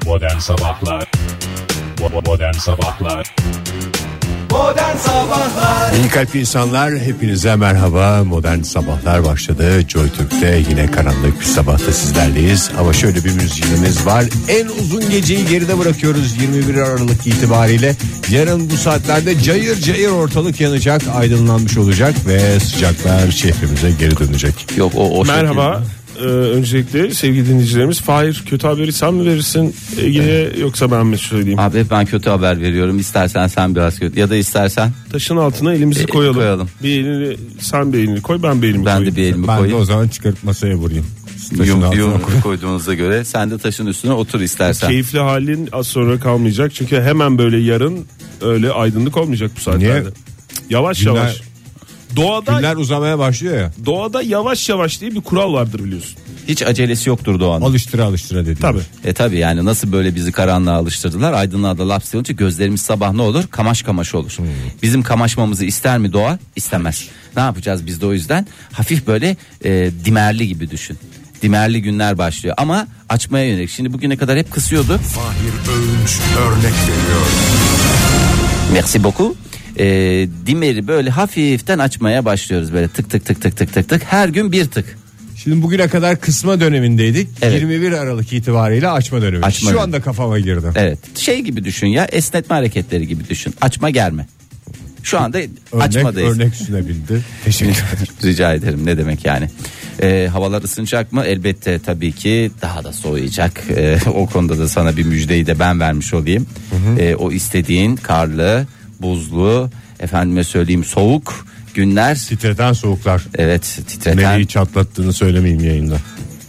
Modern Sabahlar. Modern Sabahlar. Modern Sabahlar. İyi kalpli insanlar, hepinize merhaba. Modern Sabahlar başladı. Joy Türk'te yine karanlık bir sabahta sizlerleyiz. Ama şöyle bir müziğimiz var. En uzun geceyi geride bırakıyoruz 21 Aralık itibariyle. Yarın bu saatlerde cayır cayır ortalık yanacak, aydınlanmış olacak ve sıcaklar şehrimize geri dönecek. Yok o Merhaba. Öncelikle sevgili dinleyicilerimiz, Fahir, kötü haberi sen mi verirsin Ege'ye yoksa ben mi söyleyeyim? Abi ben kötü haber veriyorum. İstersen sen biraz kötü ya da istersen Taşın altına elimizi koyalım. Bir elini sen, bir elini koy, ben bir elimi koyayım. Ben de bir elimi Ben koyayım. de o zaman çıkarıp masaya vurayım. Yumruğunu koyduğunuza göre sen de taşın üstüne otur istersen. Keyifli halin az sonra kalmayacak çünkü hemen böyle yarın öyle aydınlık olmayacak bu saatlerde. Niye? Yavaş Günler- yavaş. Günler uzamaya başlıyor ya. Doğada yavaş yavaş diye bir kural vardır biliyorsun. Hiç acelesi yoktur Doğan. Alıştıra dedi. Tabii. Tabii yani nasıl böyle bizi karanlığa alıştırdılar, aydınlığa da laps olunca gözlerimiz sabah ne olur, kamaş kamaş olur. Bizim kamaşmamızı ister mi doğa? İstemez. Ne yapacağız biz de o yüzden hafif böyle dimerli gibi düşün. Dimerli günler başlıyor ama açmaya yönelik. Şimdi bugüne kadar hep kısıyordu. Fahir Öğünç örnek veriyor. Merci beaucoup. Dimeri böyle hafiften açmaya başlıyoruz, böyle tık tık tık tık tık tık tık, her gün bir tık. Şimdi bugüne kadar kısma dönemindeydik. Evet. 21 Aralık itibariyle açma dönemi. Açma Şu dönemi. anda kafama girdi. Evet, şey gibi düşün ya, esnetme hareketleri gibi düşün, açma germe. Şu anda açmadayız. Örnek sunabildi. Teşekkür ederim. Rica ederim, ne demek yani. Havalar ısınacak mı? Elbette, tabii ki daha da soğuyacak. O konuda da sana bir müjdeyi de ben vermiş olayım. O istediğin karlı, buzlu, efendime söyleyeyim soğuk günler. Titreten soğuklar. Evet, titreten. Nereyi çatlattığını söylemeyeyim yayında.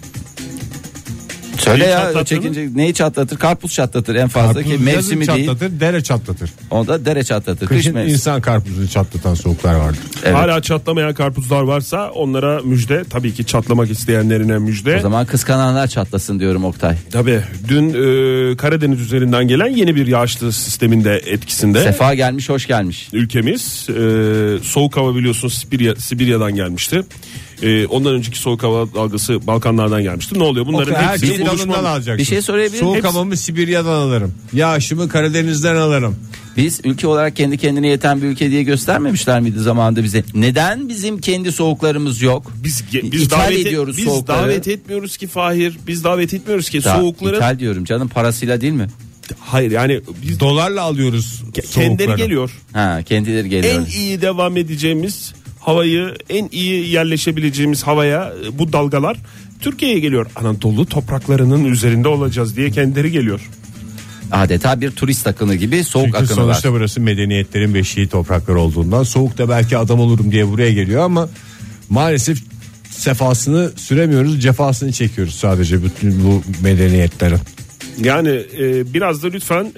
Söyle Neyi ya, çatlatır çekince neyi çatlatır? Karpuz çatlatır en fazla, Karpuz ki mevsimi yazın değil. çatlatır, dere çatlatır. O da dere çatlatır. Kış Kışın mevsimi. insan karpuzunu çatlatan soğuklar vardır. Evet. Hala çatlamayan karpuzlar varsa onlara müjde, tabii ki çatlamak isteyenlerine müjde. O zaman kıskananlar çatlasın diyorum Oktay. Tabii dün Karadeniz üzerinden gelen yeni bir yağışlı sistemin de etkisinde. Sefa gelmiş, hoş gelmiş. Ülkemiz soğuk hava biliyorsun Sibirya'dan gelmişti. Ondan önceki soğuk hava dalgası Balkanlardan gelmişti. Ne oluyor? Bunların Herkes hepsini dalından buluşma. alacaksın. Bir şey sorabilir miyim? Soğuk havamı Sibirya'dan alırım. Yağışımı Karadeniz'den alırım. Biz ülke olarak kendi kendine yeten bir ülke diye göstermemişler miydi zamanında bize? Neden bizim kendi soğuklarımız yok? Biz İthal davet ediyoruz biz soğukları. davet etmiyoruz ki Fahir. Biz davet etmiyoruz ki Daha soğukları. İthal diyorum canım, parasıyla değil mi? Hayır yani biz Dolarla alıyoruz kendileri soğukları. geliyor. Ha, kendileri geliyor. En iyi devam edeceğimiz havayı, en iyi yerleşebileceğimiz havaya bu dalgalar Türkiye'ye geliyor. Anadolu topraklarının üzerinde olacağız diye kendileri geliyor. Adeta bir turist akını gibi soğuk Çünkü akını var. sonuçta burası medeniyetlerin beşiği toprakları olduğundan soğukta belki adam olurum diye buraya geliyor ama maalesef sefasını süremiyoruz, cefasını çekiyoruz sadece bütün bu medeniyetlerin. Yani biraz da lütfen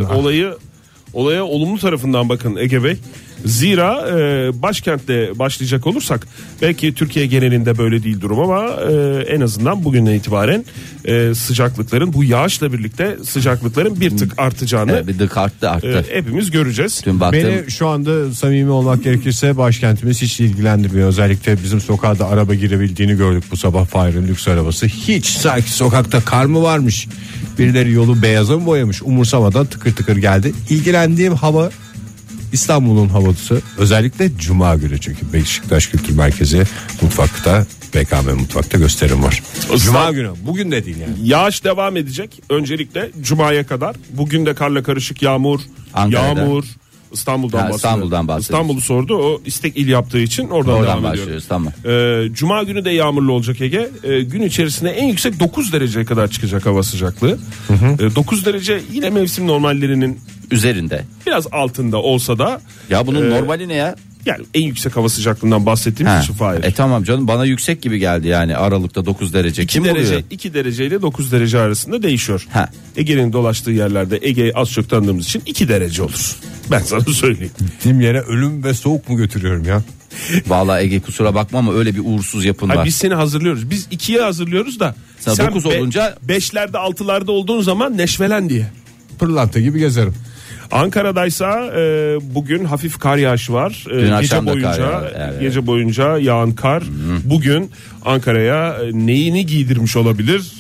olaya olumlu tarafından bakın Ege Bey. Zira başkentte başlayacak olursak belki Türkiye genelinde böyle değil durum ama en azından bugünden itibaren sıcaklıkların, bu yağışla birlikte sıcaklıkların bir tık artacağını Evet, bir dık arttı. hepimiz göreceğiz. Dün baktım. Beni şu anda samimi olmak gerekirse başkentimiz hiç ilgilendirmiyor. Özellikle bizim sokakta araba girebildiğini gördük bu sabah. Fahir'in lüks arabası. Hiç sanki sokakta kar mı varmış? Birileri yolu beyaza mı boyamış? Umursamadan tıkır tıkır geldi. İlgilendiğim hava İstanbul'un havası, özellikle Cuma günü, çünkü Beşiktaş Kültür Merkezi mutfakta, BKM mutfakta gösterim var. Cuma günü, bugün de değil yani. Yağış devam edecek öncelikle Cuma'ya kadar. Bugün de karla karışık yağmur. Ankara'da. Yağmur. İstanbul'dan bahsediyoruz. İstanbul'u sordu. O istek il yaptığı için oradan devam başlıyoruz, ediyorum. tamam. Cuma günü de yağmurlu olacak Ege. Gün içerisinde en yüksek 9 dereceye kadar çıkacak hava sıcaklığı. 9 derece yine mevsim normallerinin Üzerinde. biraz altında olsa da. Ya bunun normali ne ya? Yani en yüksek hava sıcaklığından bahsettiğimiz için Fahir. Tamam canım, bana yüksek gibi geldi yani, Aralıkta 9 derece. 2 Kim derece, buluyor? 2 derece ile 9 derece arasında değişiyor. Ha. Ege'nin dolaştığı yerlerde Ege'yi az çok tanıdığımız için 2 derece olur. Ben sana söyleyeyim. Gittiğim yere ölüm ve soğuk mu götürüyorum ya? Vallahi Ege, kusura bakma ama öyle bir uğursuz yapın var. Biz seni hazırlıyoruz. Biz 2'ye hazırlıyoruz da. Sen 9 olunca 5'lerde 6'larda olduğun zaman neşvelen diye. Pırlanta gibi gezerim. Ankara'daysa bugün hafif kar yağışı var. Dün akşam da kar yağdı, evet. Gece boyunca yağan kar bugün Ankara'ya neyini giydirmiş olabilir?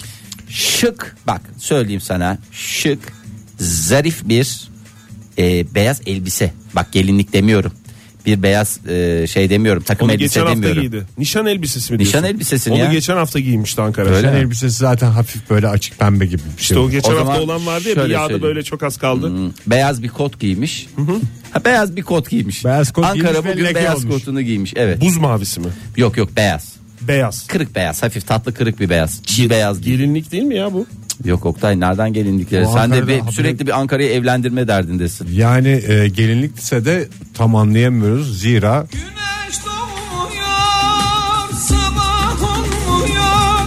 şık, bak söyleyeyim sana, şık, zarif bir beyaz elbise. Bak gelinlik demiyorum. Bir beyaz şey demiyorum, takım Onu elbise geçen demiyorum. hafta giydi. Nişan elbisesi mi diyorsun? Nişan elbisesini Onu ya. geçen hafta giymişti Ankara. Öyle Nişan mi? elbisesi zaten hafif böyle açık pembe gibi bir İşte şey. o geçen O hafta zaman olan vardı ya, bir şöyle yağda söyleyeyim. böyle çok az kaldı. Beyaz bir kot giymiş. Ha, beyaz bir kot giymiş. Beyaz kot Ankara giymiş ve bugün leke beyaz olmuş. kotunu giymiş. Evet. Buz mavisi mi? Yok beyaz. Beyaz. Kırık beyaz, hafif tatlı kırık bir beyaz. Çiğ beyaz değil. Gelinlik değil mi ya bu? Yok Oktay, nereden gelinlikleri? O Sen de Ankara'da sürekli bir Ankara'yı evlendirme derdindesin. Yani gelinlikse de tam anlayamıyoruz. Zira Güneş doğuyor, sabah olmuyor.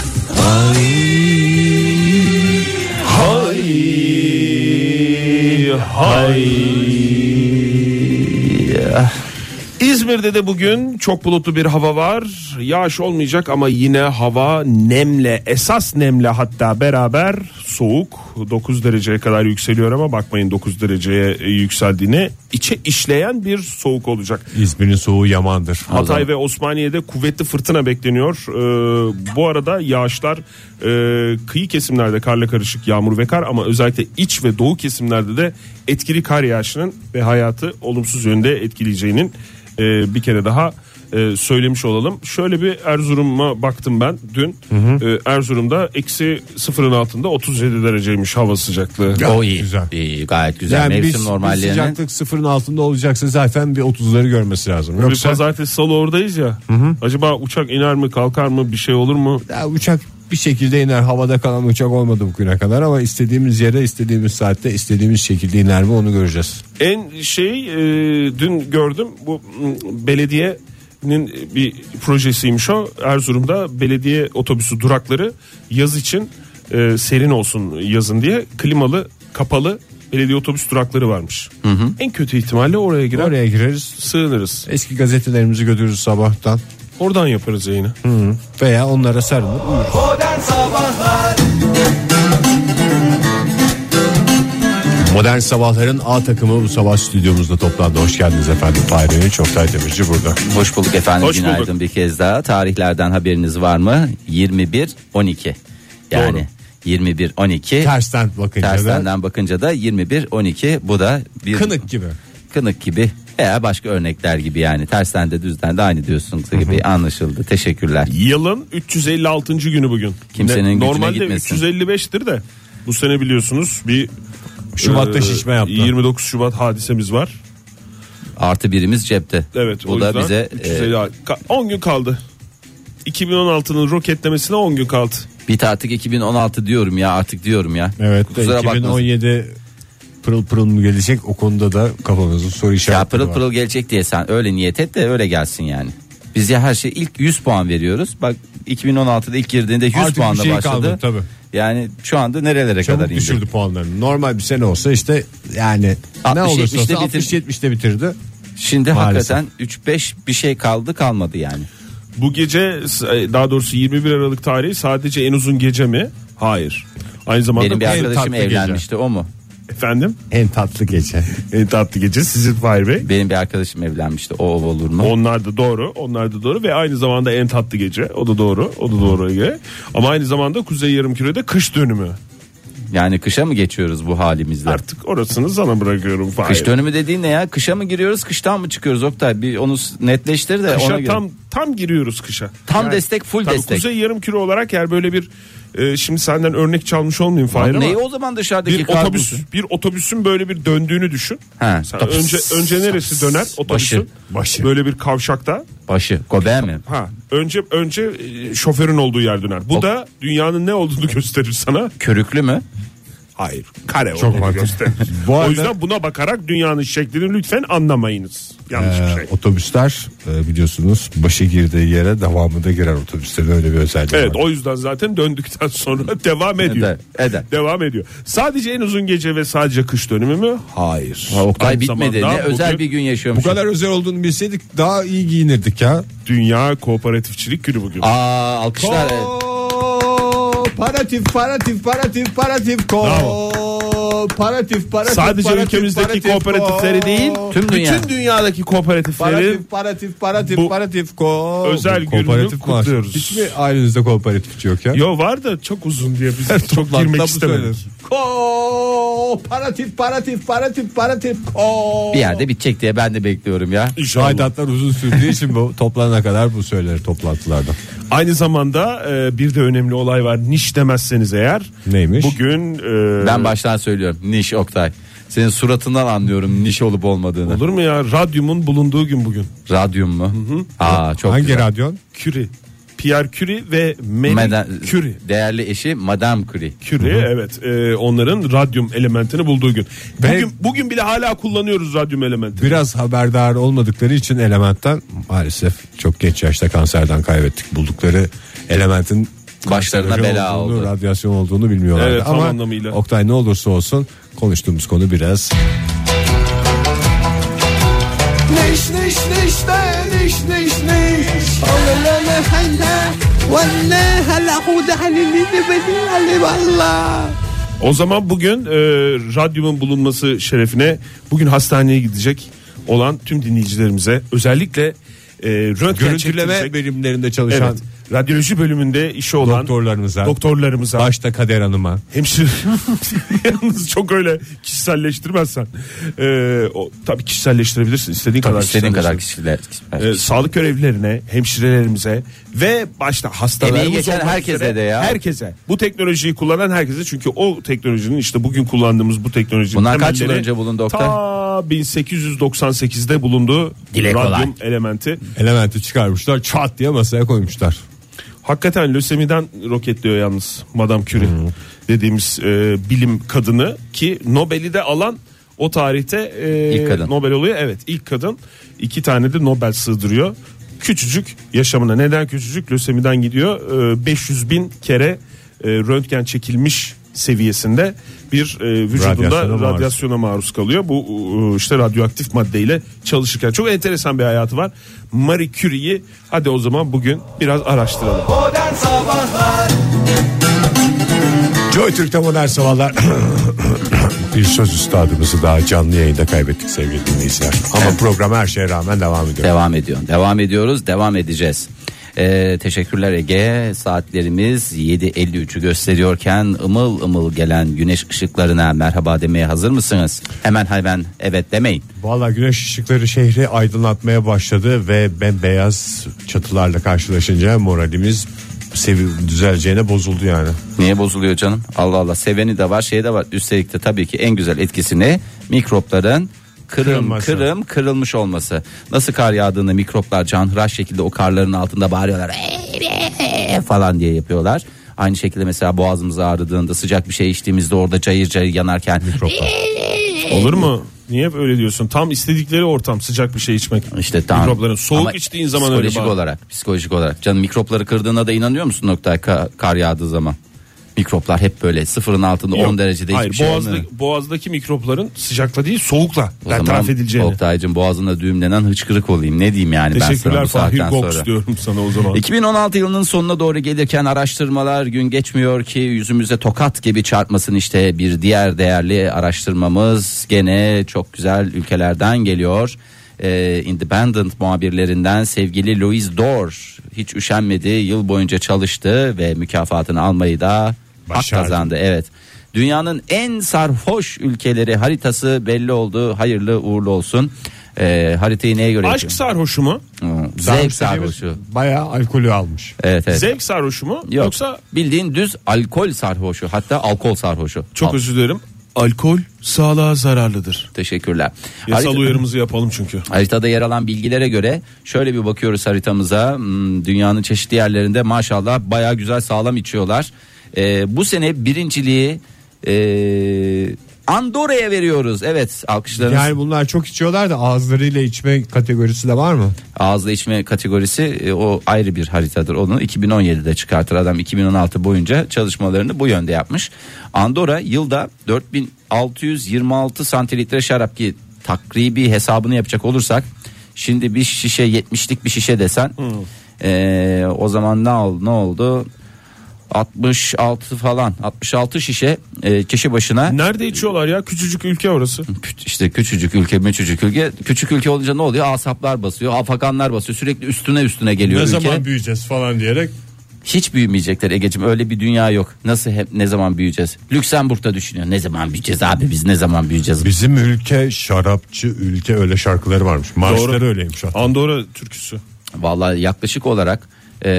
İzmir'de de bugün çok bulutlu bir hava var. Yağış olmayacak ama yine hava nemle, esas nemle hatta beraber soğuk. 9 dereceye kadar yükseliyor ama bakmayın 9 dereceye yükseldiğine, içe işleyen bir soğuk olacak. İzmir'in soğuğu yamandır. Hatay ve Osmaniye'de kuvvetli fırtına bekleniyor. Bu arada yağışlar kıyı kesimlerde karla karışık yağmur ve kar, ama özellikle iç ve doğu kesimlerde de etkili kar yağışının ve hayatı olumsuz yönde etkileyeceğinin bir kere daha söylemiş olalım. Şöyle bir Erzurum'a baktım ben dün. Erzurum'da eksi sıfırın altında 37 dereceymiş hava sıcaklığı. O iyi. Güzel. İyi, gayet güzel. Yani Mevsim bir normallerinin. sıcaklık sıfırın altında olacaksa zaten bir 30'ları görmesi lazım. Bir Yoksa pazartesi salı oradayız ya. Acaba uçak iner mi, kalkar mı, bir şey olur mu? ya uçak bir şekilde iner. Havada kalan uçak olmadı bugüne kadar ama istediğimiz yere, istediğimiz saatte, istediğimiz şekilde iner mi onu göreceğiz. En dün gördüm, bu belediyenin bir projesiymiş o. Erzurum'da belediye otobüsü durakları yaz için serin olsun yazın diye klimalı, kapalı belediye otobüs durakları varmış. En kötü ihtimalle oraya girer, Oraya gireriz. sığınırız. Eski gazetelerimizi götürürüz sabahtan. Oradan yaparız yayını. Veya onlara sarılır uyuruz. Modern Sabahlar. Modern Sabahların A takımı bu sabah stüdyomuzda toplandı. Hoş geldiniz efendim. Fahri Çoktay Demirci burada. Hoş bulduk efendim. Hoş Günaydın bulduk. bir kez daha. Tarihlerden haberiniz var mı? 21-12. Yani 21-12. Tersten bakınca da Tersten bakınca da 21-12. Bu da bir kınık gibi. kınık gibi veya başka örnekler gibi, yani tersten de düzden de aynı diyorsunuz gibi, anlaşıldı. Teşekkürler. Yılın 356. günü bugün. Kimsenin gücüne Normalde gitmesin. 355'tir de bu sene biliyorsunuz bir Şubat'ta şişme yaptı. 29 Şubat hadisemiz var. Artı birimiz cepte. Evet, Bu o da yüzden bize 10 gün kaldı. 2016'nın roketlemesine 10 gün kaldı. bir artık 2016 diyorum ya, artık diyorum ya. Evet, Kusura bakmasın. 2017 pırıl pırıl mı gelecek, o konuda da kafamızın soru Ya işaretleri pırıl var. pırıl gelecek diye sen öyle niyet et de öyle gelsin yani. Biz ya her şey ilk 100 puan veriyoruz. Bak 2016'da ilk girdiğinde 100 Artık bir puanla şey başladı. kalmadı, tabii. Yani şu anda nerelere kadar Çabuk indi? düşürdü puanlarını. Normal bir sene olsa işte yani ne 60, olursa 70'te olsa 60-70'te bitirdi. Şimdi Maalesef. hakikaten 3-5 bir şey kalmadı yani. Bu gece, daha doğrusu 21 Aralık tarihi sadece en uzun gece mi? Hayır. Aynı zamanda Benim bir en arkadaşım tatlı evlenmişti, o mu? efendim En tatlı gece. en tatlı gece sizin Fahir Bey. Benim bir arkadaşım evlenmişti, o olur mu? Onlar da doğru ve aynı zamanda en tatlı gece, o da doğru Ege. Ama aynı zamanda Kuzey Yarımküre'de kış dönümü. Yani kışa mı geçiyoruz bu halimizle? Artık orasını sana bırakıyorum Fahir. Kış dönümü dediğin ne ya? Kışa mı giriyoruz, kıştan mı çıkıyoruz Oktay? Bir onu netleştir de ona Kışa göre. tam giriyoruz kışa. Tam destek, full tabii destek. Kuzey Yarımküre olarak eğer böyle bir şimdi senden örnek çalmış olmayayım Fahir ama Neyi o zaman dışarıdaki bir otobüsün böyle bir döndüğünü düşün. He. Sen önce neresi döner otobüsün? Başı. Böyle bir kavşakta. Başı, gobe mi? Önce şoförün olduğu yer döner. Bu da dünyanın ne olduğunu gösterir sana. Körüklü mü? Hayır. Kare Çok olduğunu mantıklı. gösterir. Bu O arada- yüzden buna bakarak dünyanın şeklini lütfen anlamayınız. Yanlış bir şey. Otobüsler biliyorsunuz başı girdiği yere devamında girer, otobüslerin öyle bir özelliği Evet, var. o yüzden zaten döndükten sonra devam ediyor. Eder. Devam ediyor. Sadece en uzun gece ve sadece kış dönümü mü? Hayır. Oktay Aynı bitmedi. zamanda Ne özel bugün bir gün Bu yaşıyormuşuz. kadar özel olduğunu bilseydik daha iyi giyinirdik ya. Dünya Kooperatifçilik Günü bugün. Aa, alkışlar. Paratif Paratif Sadece ülkemizdeki kooperatifleri değil, Tüm bütün dünyadaki kooperatiflerin Paratif özel gününü kutluyoruz. Hiç mi ailenizde kooperatifçi yok ya? Yo, var da çok uzun diye biz çok girmek istemedik. Paratif. Bir yerde bitecek diye ben de bekliyorum ya. İnşallah. Aidatlar uzun sürdüğü için bu toplanana kadar bu söylenir toplantılarda. Aynı zamanda bir de önemli olay var. Niş demezseniz eğer. Neymiş? Bugün Ben baştan söylüyorum. Niş Oktay. Senin suratından anlıyorum niş olup olmadığını. olur mu ya? Radyumun bulunduğu gün bugün. Radyum mu? Aa, çok Hangi güzel. radyon? Curie. Pierre Curie ve Marie Curie. Değerli eşi Madame Curie. Curie, evet. Onların radyum elementini bulduğu gün. Bugün bile hala kullanıyoruz radyum elementini. Biraz haberdar olmadıkları için elementten maalesef çok geç yaşta kanserden kaybettik. Buldukları elementin Başlarına kanserojen bela olduğunu, oldu. radyasyon olduğunu bilmiyorlar. Evet, tam ama anlamıyla. Oktay ne olursa olsun konuştuğumuz konu biraz نش نش نش نش نش نش ولا لا هلا ولا هلا خود حليلي بدي علي والله. O zaman bugün radyumun bulunması şerefine bugün hastaneye gidecek olan tüm dinleyicilerimize, özellikle röntgen görüntüleme çektirecek, birimlerinde çalışan evet, radyoloji bölümünde işi olan doktorlarımıza, başta Kader Hanım'a, hemşire yalnız çok öyle kişiselleştirmezsen tabii kişiselleştirebilirsin istediğin kadar kişiler. Sağlık görevlilerine, hemşirelerimize ve başta hastalarımız emeği geçen olmak herkese üzere de ya. herkese, bu teknolojiyi kullanan herkese, çünkü o teknolojinin, işte bugün kullandığımız bu teknolojinin Bunlar kaç yıl temelleri önce bulundu Oktay? Ta 1898'de bulundu. Dile kolay. Radyum elementi çıkarmışlar, çat diye masaya koymuşlar. Hakikaten lösemiden roketliyor yalnız Madame Curie dediğimiz bilim kadını, ki Nobel'i de alan o tarihte İlk kadın. Nobel oluyor. Evet, ilk kadın. 2 tane de Nobel sığdırıyor. Küçücük yaşamına. Neden küçücük? Lösemiden gidiyor. 500 bin kere röntgen çekilmiş seviyesinde bir vücudunda radyasyona maruz kalıyor. Bu işte radyoaktif maddeyle çalışırken. Çok enteresan bir hayatı var. Marie Curie'yi hadi o zaman bugün biraz araştıralım. Modern Sabahlar. Joy Türk'te modern sabahlar. Bir söz üstadımızı daha canlı yayında kaybettik sevgili dinleyiciler. Ama program her şeye rağmen devam ediyor. Devam ediyoruz. Devam edeceğiz. Teşekkürler Ege. Saatlerimiz 7.53'ü gösteriyorken ımıl ımıl gelen güneş ışıklarına merhaba demeye hazır mısınız? Hemen evet demeyin. Vallahi güneş ışıkları şehri aydınlatmaya başladı ve bembeyaz çatılarla karşılaşınca moralimiz düzeleceğine bozuldu yani. Niye bozuluyor canım? Allah Allah, seveni de var, şey de var. Üstelik de tabii ki en güzel etkisi ne? Mikropların kırılmış olması. Nasıl kar yağdığında mikroplar canhıraş şekilde o karların altında bağırıyorlar falan diye yapıyorlar. Aynı şekilde mesela boğazımız ağrıdığında, sıcak bir şey içtiğimizde orada cayır cayır yanarken Olur mu? Niye öyle diyorsun? Tam istedikleri ortam sıcak bir şey içmek. İşte tam. Mikropların soğuk Ama içtiğin zaman öyle psikolojik olarak. Canım, mikropları kırdığına da inanıyor musun Oktay, kar yağdığı zaman? Mikroplar hep böyle sıfırın altında 10 derecede hiçbir şey olmuyor. Boğazdaki mikropların sıcakla değil soğukla bertaraf edileceğini. Oktay'cığım, boğazında düğümlenen hıçkırık olayım. Ne diyeyim yani ben sana Teşekkürler bu saatten Fahir Goks sonra. diyorum sana o zaman. 2016 yılının sonuna doğru gelirken araştırmalar gün geçmiyor ki yüzümüze tokat gibi çarpmasın, işte bir diğer değerli araştırmamız gene çok güzel ülkelerden geliyor. Independent muhabirlerinden sevgili Louise Dore hiç üşenmedi, yıl boyunca çalıştı ve mükafatını almayı da hak kazandı. Evet. Dünyanın en sarhoş ülkeleri haritası belli oldu. Hayırlı uğurlu olsun. Haritayı neye göre Aşk yapıyor? sarhoşu mu? Zevk sarhoşu. Bayağı alkolü almış. Evet. Zevk sarhoşu mu? Yok. Yoksa Bildiğin düz alkol sarhoşu. Hatta alkol sarhoşu. çok özür dilerim. Alkol sağlığa zararlıdır. Teşekkürler. Yasal uyarımızı yapalım çünkü. Haritada yer alan bilgilere göre şöyle bir bakıyoruz haritamıza. Dünyanın çeşitli yerlerinde maşallah bayağı güzel sağlam içiyorlar. Bu sene birinciliği Andorra'ya veriyoruz. Evet, alkışlarınız. Yani bunlar çok içiyorlar da ağızlarıyla içme kategorisi de var mı? Ağızla içme kategorisi o ayrı bir haritadır. Onu 2017'de çıkartır adam. 2016 boyunca çalışmalarını bu yönde yapmış. Andorra yılda 4626 santiltre şarap, ki takribi hesabını yapacak olursak şimdi bir şişe 70'lik bir şişe desen o zaman ne oldu? 66 falan 66 şişe kişi başına. Nerede içiyorlar ya? Küçücük ülke orası. İşte küçücük ülke. Küçük ülke olunca ne oluyor? Asaplar basıyor, afakanlar basıyor. Sürekli üstüne geliyor Ne ülke. zaman büyüyeceğiz falan diyerek. Hiç büyümeyecekler Egeciğim, öyle bir dünya yok. Nasıl ne zaman büyüyeceğiz? Lüksemburg'da düşünüyor. Ne zaman büyüyeceğiz abi, biz ne zaman büyüyeceğiz? Bizim ülke şarapçı ülke, öyle şarkıları varmış. Marşları öyleymiş hatta. Andorra türküsü. Vallahi yaklaşık olarak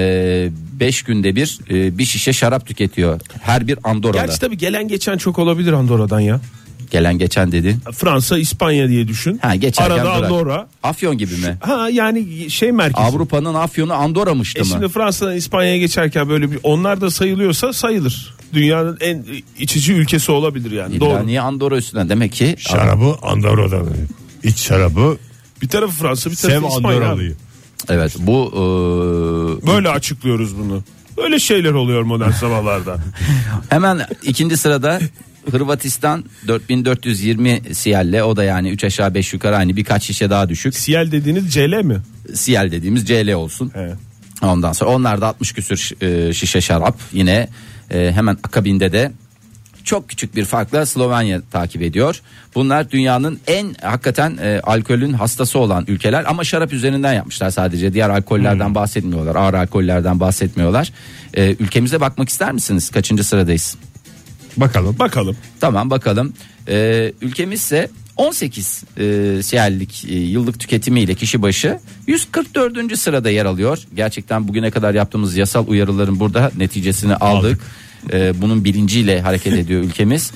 5 günde bir şişe şarap tüketiyor her bir Andorra'da. Gerçi tabii gelen geçen çok olabilir Andorra'dan ya. Gelen geçen dedi. Fransa, İspanya diye düşün. Ha, geçerken arada bırak. Andorra. Afyon gibi mi? Ha yani şey merkezi. Avrupa'nın Afyon'u Andorra'mıştı mı? Şimdi Fransa'dan İspanya'ya geçerken böyle bir, onlar da sayılıyorsa sayılır. Dünyanın en içici ülkesi olabilir yani. İlla Doğru. niye Andorra üstünden? Demek ki Şarabı Andorra'dan. İç şarabı Bir tarafı Fransa, bir tarafı Sev İspanya. Andorralıyı. evet bu Böyle açıklıyoruz bunu. Böyle şeyler oluyor modern sabahlarda. hemen ikinci sırada Hırvatistan 4420 siyelle, o da yani 3 aşağı 5 yukarı aynı, birkaç şişe daha düşük. Siyel dediğiniz CL mi? Siyel dediğimiz CL olsun. Evet. Ondan sonra onlar da 60 küsür şişe şarap. Yine hemen akabinde de çok küçük bir farkla Slovenya takip ediyor. Bunlar dünyanın en hakikaten alkolün hastası olan ülkeler, ama şarap üzerinden yapmışlar sadece. Diğer alkollerden bahsetmiyorlar. Ağır alkollerden bahsetmiyorlar. Ülkemize bakmak ister misiniz? Kaçıncı sıradayız? Bakalım. Tamam bakalım. Ülkemiz ise 18 siyerlik yıllık tüketimiyle kişi başı 144. sırada yer alıyor. Gerçekten bugüne kadar yaptığımız yasal uyarıların burada neticesini aldık. Bunun bilinciyle hareket ediyor ülkemiz.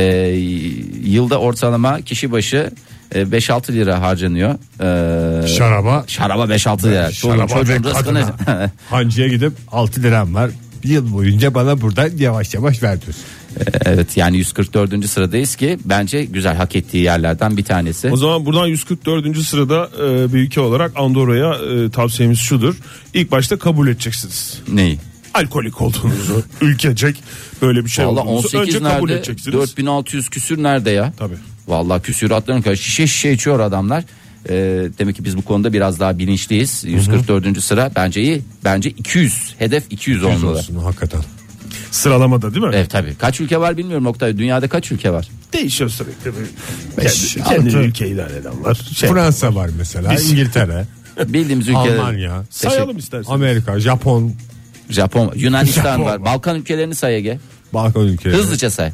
Yılda ortalama kişi başı 5-6 lira harcanıyor. Şaraba 5-6 lira. Çocuğun rızkını... Hancıya gidip 6 liram var. Bir yıl boyunca bana buradan yavaş yavaş ver diyorsun. Evet, yani 144. sıradayız ki bence güzel, hak ettiği yerlerden bir tanesi. O zaman buradan 144. sırada bir ülke olarak Andorra'ya tavsiyemiz şudur. İlk başta kabul edeceksiniz. Neyi? Alkolik olduğunuzu, ülkecek böyle bir şey Vallahi olduğunuzu 18 önce kabul nerede? edeceksiniz. 4600 küsür nerede ya? Tabii. Vallahi küsüratların kadar şişe içiyor adamlar. Demek ki biz bu konuda biraz daha bilinçliyiz. 144. sıra bence iyi. Bence 200. Hedef 200 olmalı. Olsun, hakikaten. Sıralamada değil mi? Evet tabii. Kaç ülke var bilmiyorum Oktay. Dünyada kaç ülke var? Değişiyor sürekli. Beş, Kendi altı. ülke ilan eden var. Fransa var mesela, İngiltere, Bildiğimiz ülkeler. Almanya, Sayalım isterseniz. Amerika, Japon, Yunanistan var. Balkan ülkelerini say Ege. Balkan ülkeleri, Hızlıca say.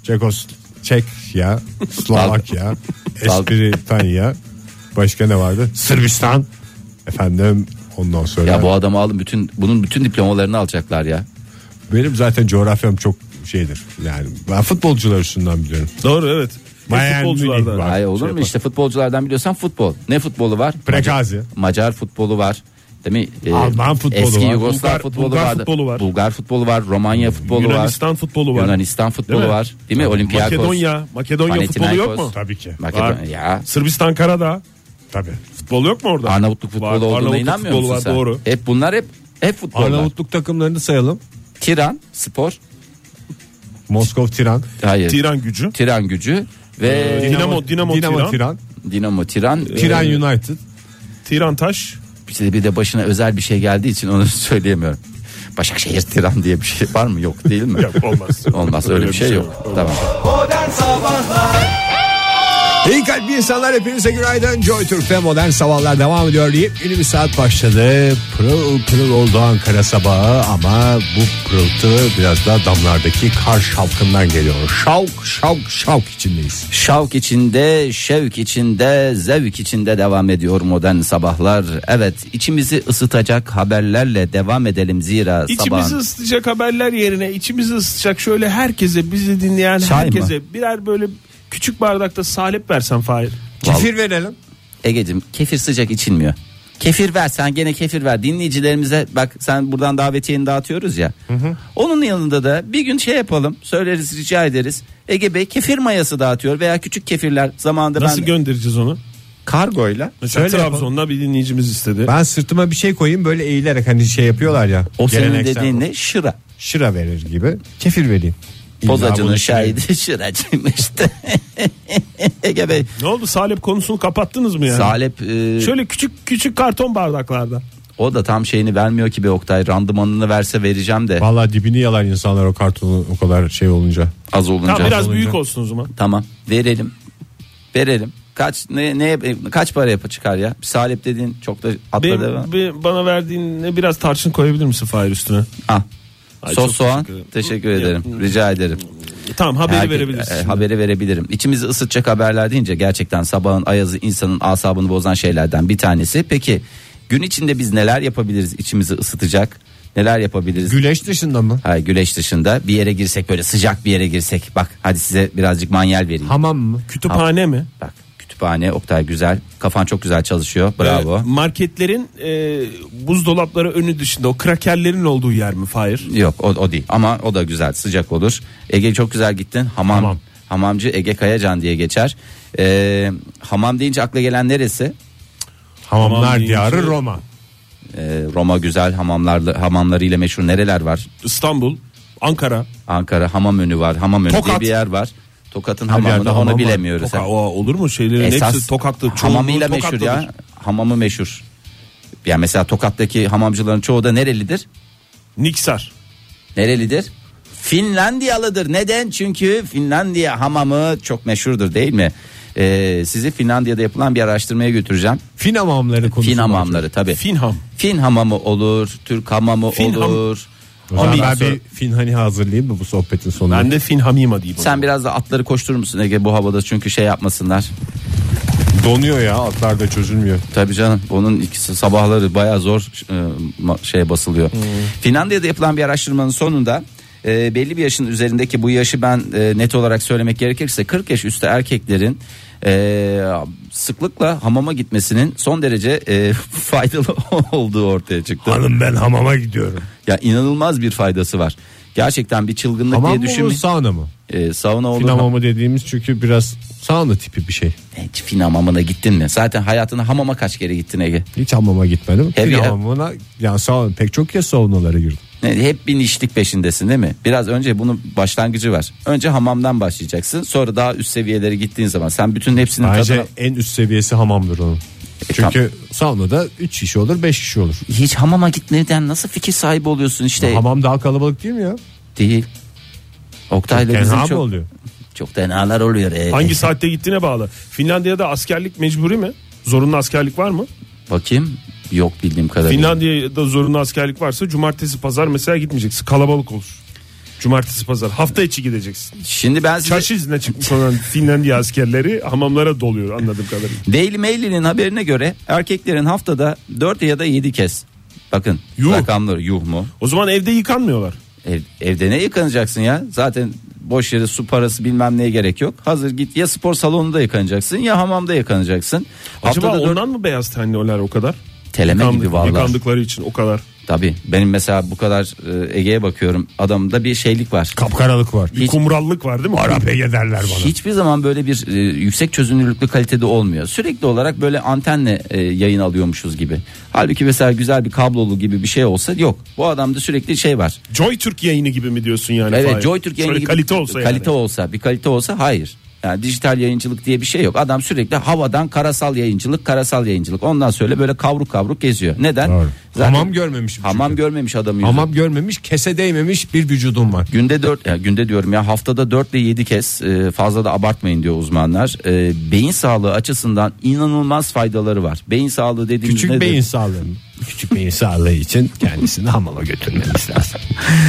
Çekya, Slovakya, Espritanya, başka ne vardı? Sırbistan, efendim, ondan sonra. Ya bu adamı alın, bunun bütün diplomalarını alacaklar ya. Benim zaten coğrafyam çok şeydir. Yani ben futbolcular üstünden biliyorum. Doğru, evet. Bayern Futbolculardan. Münih var. Ay olur mu yapar. işte, futbolculardan biliyorsan futbol. Ne futbolu var? Prekazi. Macar futbolu var. Değil mi? Alman futbolu Eski var. Yugoslav futbolu Bulgar vardı. futbolu var. Bulgar futbolu var. Romanya futbolu Yunanistan var. futbolu var. Yunanistan futbolu Değil mi? var. Değil mi? Olympiakos. Makedonya futbolu yok mu? Tabii ki. Makedonya ya. Sırbistan Karadağ. Tabii. Futbol yok mu orada? Arnavutluk futbolu Var, olduğuna Arnavutluk inanmıyor futbolu musun var, sen? doğru. Hep bunlar hep futbollar. Arnavutluk takımlarını sayalım. Tiran Spor. Moskov Tiran, Hayır. Tiran Gücü. Tiran Gücü ve Dinamo Tiran. Dinamo Tiran. Tiran United. Tiran Taş. Bir de başına özel bir şey geldiği için onu söyleyemiyorum. Başakşehir Tiran diye bir şey var mı? Yok değil mi? Yok, olmaz. Olmaz, öyle bir şey yok. Tamam. İyi kalpli insanlar, hepinize günaydın. Joy Türk'te modern sabahlar devam ediyor. Yeni bir saat başladı. Pırıl pırıl oldu Ankara sabahı, ama bu pırıltı biraz da damlardaki kar şavkından geliyor. Şavk içindeyiz. Şavk içinde, şevk içinde, zevk içinde devam ediyor modern sabahlar. Evet, içimizi ısıtacak haberlerle devam edelim, zira İçimizi sabahın... ısıtacak haberler yerine içimizi ısıtacak şöyle herkese, bizi dinleyen Çay herkese birer böyle küçük bardakta salep versen Fahir. Kefir verelim. Ege'cim, kefir sıcak içilmiyor. Kefir ver, sen gene kefir ver. Dinleyicilerimize bak, sen buradan davetiyeni dağıtıyoruz ya. Onun yanında da bir gün şey yapalım, söyleriz, rica ederiz. Ege Bey kefir mayası dağıtıyor veya küçük kefirler zamanında Nasıl göndereceğiz onu? Kargoyla. Mesela Şöyle Trabzon'da bir dinleyicimiz istedi. Ben sırtıma bir şey koyayım, böyle eğilerek, hani şey yapıyorlar ya. O senin geleneksel, dediğin ne? Şıra. şıra verir gibi kefir vereyim. Pozacının bunu şahidi şıracıymıştı. Ege Bey. Ne oldu, salep konusunu kapattınız mı yani? Salep Şöyle küçük karton bardaklarda. O da tam şeyini vermiyor ki be Oktay. Randımanını verse vereceğim de Vallahi dibini yalar insanlar o kartonu o kadar şey olunca. az olunca. Tamam, biraz olunca. büyük olsun o zaman. Tamam verelim. Kaç para çıkar ya? Bir salep dediğin çok da atladı. Bana verdiğin biraz tarçın koyabilir misin Fahir üstüne? Ah. Ay, çok Sos soğan. teşekkür ederim. Teşekkür ederim. Rica ederim. Tamam, haberi Herkes- verebilirsin. haberi verebilirim. İçimizi ısıtacak haberler deyince gerçekten sabahın ayazı insanın asabını bozan şeylerden bir tanesi. Peki gün içinde biz neler yapabiliriz içimizi ısıtacak? Neler yapabiliriz? Güneş dışında mı? Hayır, güneş dışında bir yere girsek, böyle sıcak bir yere girsek. Bak hadi size birazcık manyel vereyim. Hamam mı? Kütüphane mi? Bak kütüphane, Oktay güzel. Kafan çok güzel çalışıyor. Bravo. Marketlerin buzdolapları önü dışında o krakerlerin olduğu yer mi Fahir? Yok o değil ama o da güzel, sıcak olur. Ege çok güzel gittin. Hamam. Hamamcı Ege Kayacan diye geçer. Hamam deyince akla gelen neresi? Hamamlar Hamam diyarı deyince- Roma. Roma güzel hamamlarıyla meşhur nereler var? İstanbul, Ankara. Ankara Hamamönü var. Hamamönü diye Tokat. bir yer var. Tokat'ın Her yerde hamamını hamam onu var. bilemiyoruz. O olur mu? Şeylerin Esas hepsi Tokatlı. hamamıyla meşhur ya. Hamamı meşhur. Yani mesela Tokat'taki hamamcıların çoğu da nerelidir? Niksar. Nerelidir? Finlandiyalıdır. Neden? Çünkü Finlandiya hamamı çok meşhurdur değil mi? Sizi Finlandiya'da yapılan bir araştırmaya götüreceğim. Fin hamamları konusu. Fin hamamları tabii. Finham. Fin hamamı olur, Türk hamamı Finham. olur. O zaman Ondan ben sonra- bir finhani hazırlayayım mı bu sohbetin sonunda? Ben de Finhamima diyeyim. Sen biraz da atları koşturur musun Ege bu havada, çünkü şey yapmasınlar. Donuyor ya, atlar da çözülmüyor. Tabii canım, onun ikisi sabahları bayağı zor şey basılıyor. Finlandiya'da yapılan bir araştırmanın sonunda belli bir yaşın üzerindeki, bu yaşı ben net olarak söylemek gerekirse 40 yaş üstü erkeklerin sıklıkla hamama gitmesinin son derece faydalı olduğu ortaya çıktı. Hanım ben hamama gidiyorum. Ya inanılmaz bir faydası var. Gerçekten bir çılgınlık Hamam diye mı olur, düşünmeyin. sauna mı? Sauna olur. Fin hamamı dediğimiz çünkü biraz sauna tipi bir şey. Hiç fin hamamına gittin mi? Zaten hayatında hamama kaç kere gittin Ege? Hiç hamama gitmedim. Hep Fin ya. hamamına yani sauna, pek çok kez saunalara girdim. Hep bir nişlik peşindesin değil mi? Biraz önce bunun başlangıcı var. Önce hamamdan başlayacaksın. Sonra daha üst seviyelere gittiğin zaman sen bütün hepsinin Bence tadına... en üst seviyesi hamamdır onun. Çünkü saunada 3 kişi olur 5 kişi olur. Hiç hamama gitmeden nasıl fikir sahibi oluyorsun işte? Hamam daha kalabalık değil mi ya? Değil. Oktay'la bizim Tenha mı çok... oluyor? Çok tenalar oluyor. Hangi saatte gittiğine bağlı. Finlandiya'da askerlik mecburi mi? Zorunlu askerlik var mı? Bakayım. Yok bildiğim kadarıyla. Finlandiya'da zorunlu askerlik varsa cumartesi pazar mesela gitmeyeceksin. Kalabalık olur. Cumartesi pazar. Hafta içi gideceksin. Şimdi ben size... Çarşı izine çıkmış olan Finlandiya askerleri hamamlara doluyor anladığım kadarıyla. Daily Mail'in haberine göre erkeklerin haftada 4 ya da 7 kez. Bakın Yuh. rakamları yuh mu? O zaman evde yıkanmıyorlar. Evde ne yıkanacaksın ya? Zaten boş yere su parası bilmem neye gerek yok. Hazır git, ya spor salonunda yıkanacaksın ya hamamda yıkanacaksın. Acaba Haftada ondan mı beyaz tenliler o kadar? teleme gibi vallahi. Yıkandıkları için o kadar. Tabii benim mesela bu kadar Ege'ye bakıyorum, adamda bir şeylik var. Kapkaralık var. Bir kumrallık var değil mi? Arap Ege derler bana. Hiçbir zaman böyle bir yüksek çözünürlüklü kalitede olmuyor. Sürekli olarak böyle antenle yayın alıyormuşuz gibi. Halbuki mesela güzel bir kablolu gibi bir şey olsa yok. Bu adamda sürekli şey var. Joy Türk yayını gibi mi diyorsun yani? Evet, Fahir? Joy Türk yayını Şöyle gibi kalite olsa kalite yani. olsa, bir kalite olsa hayır. Yani dijital yayıncılık diye bir şey yok. Adam sürekli havadan karasal yayıncılık. Ondan sonra böyle kavruk kavruk geziyor. Neden? Doğru. Zaten Hamam görmemişim Hamam çünkü. görmemiş adam yüzü. Hamam görmemiş, kese değmemiş bir vücudum var. Günde diyorum ya, haftada 4 ile 7 kez, fazla da abartmayın diyor uzmanlar. Beyin sağlığı açısından inanılmaz faydaları var. Beyin sağlığı dediğimiz Küçük nedir? beyin sağlığı. Küçük beyin sağlığı için kendisini hamama götürmemiz lazım.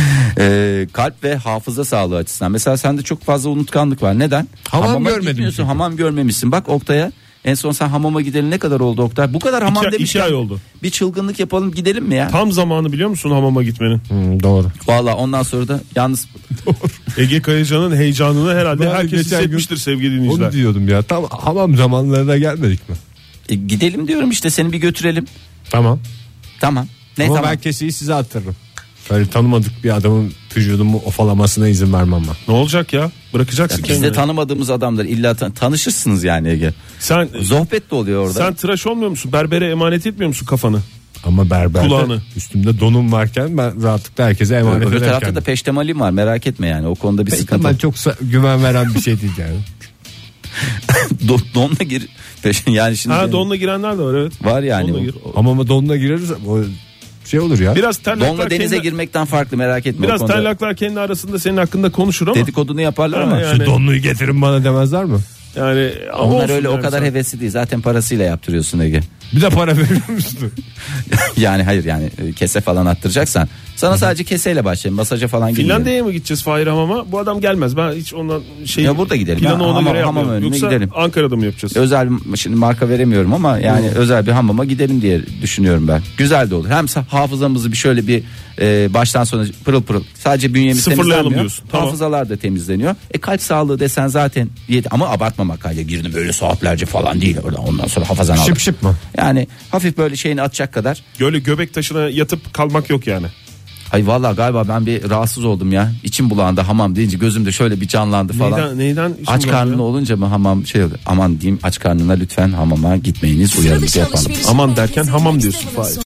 Kalp ve hafıza sağlığı açısından. Mesela sende çok fazla unutkanlık var. Neden? Hamam Hamama görmedim gitmiyorsun, çünkü. hamam görmemişsin. Bak Oktay'a, en son sen hamama gideli ne kadar oldu Oktay? Bu kadar hamam 2 demişken ay oldu. bir çılgınlık yapalım gidelim mi ya? Tam zamanı biliyor musun hamama gitmenin? Doğru. Vallahi ondan sonra da yalnız Ege Kayacan'ın heyecanını herhalde Ben herkes geçen hissetmiştir sevgili Onu dinleyiciler. diyordum ya. Tam hamam zamanlarına gelmedik mi? gidelim diyorum işte, seni bir götürelim. Tamam. Tamam. Ne Ama tamam. ben keseyi size attırırım. Böyle tanımadık bir adamın vücudumu ofalamasına izin vermem ben. Ne olacak ya? Bırakacaksın Biz de kendini. tanımadığımız adamlar, illa tanışırsınız yani Ege. Sen Sohbet de oluyor orada. sen tıraş olmuyor musun? Berbere emanet etmiyor musun kafanı? Ama berberde Kulağını. üstümde donum varken ben rahatlıkla herkese emanet Öbür ederken. tarafta da peştemalim var, merak etme yani, o konuda bir sıkıntı. Ama çok güven veren bir şey değil yani. Donla gir. Yani şimdi Donla girenler de var, evet. var yani. Donla gir. Hamama donla gireriz o şey olur ya. Biraz terlaklar Donla denize girmekten farklı, merak etme. Biraz terlaklar kendi arasında senin hakkında konuşur ama. Dedikodunu yaparlar ama. yani. Şu donluyu getirin bana demezler mi? Yani Onlar öyle o kadar hevesli değil. Zaten parasıyla yaptırıyorsun Ege. Bir de para veriyor musun? Yani hayır, yani kese falan attıracaksan sana sadece keseyle başlayayım, masaja falan girmeyelim. Finlandiya'ya mı gideceğiz Fahir hamama? Bu adam gelmez. Ben hiç ondan Ya burada gidelim. planı Ya, ona göre hamam yapmıyorum. önüne Yoksa gidelim. Ankara'da mı yapacağız? Özel, şimdi marka veremiyorum ama yani özel bir hamama gidelim diye düşünüyorum ben. Güzel de olur. Hem hafızamızı bir şöyle bir baştan sona pırıl pırıl, sadece bünyemiz Sıfırlayalım temizlenmiyor. diyorsun. Tamam. Hafızalar da temizleniyor. Kalp sağlığı desen zaten ama abartmamak kaydıyla girdim böyle saatlerce falan değil orada. Ondan sonra hafızan alır. Şıp şıp mı? Yani hafif böyle şeyini atacak kadar. Böyle göbek taşına yatıp kalmak yok yani. Ay vallahi galiba ben bir rahatsız oldum ya. İçim bulandı hamam deyince, gözümde şöyle bir canlandı falan. Neyden Aç karnına olunca mı hamam şey oluyor. Aman diyeyim, aç karnına lütfen hamama gitmeyiniz, uyarınızı yapalım. Aman derken hamam diyorsun Fahir.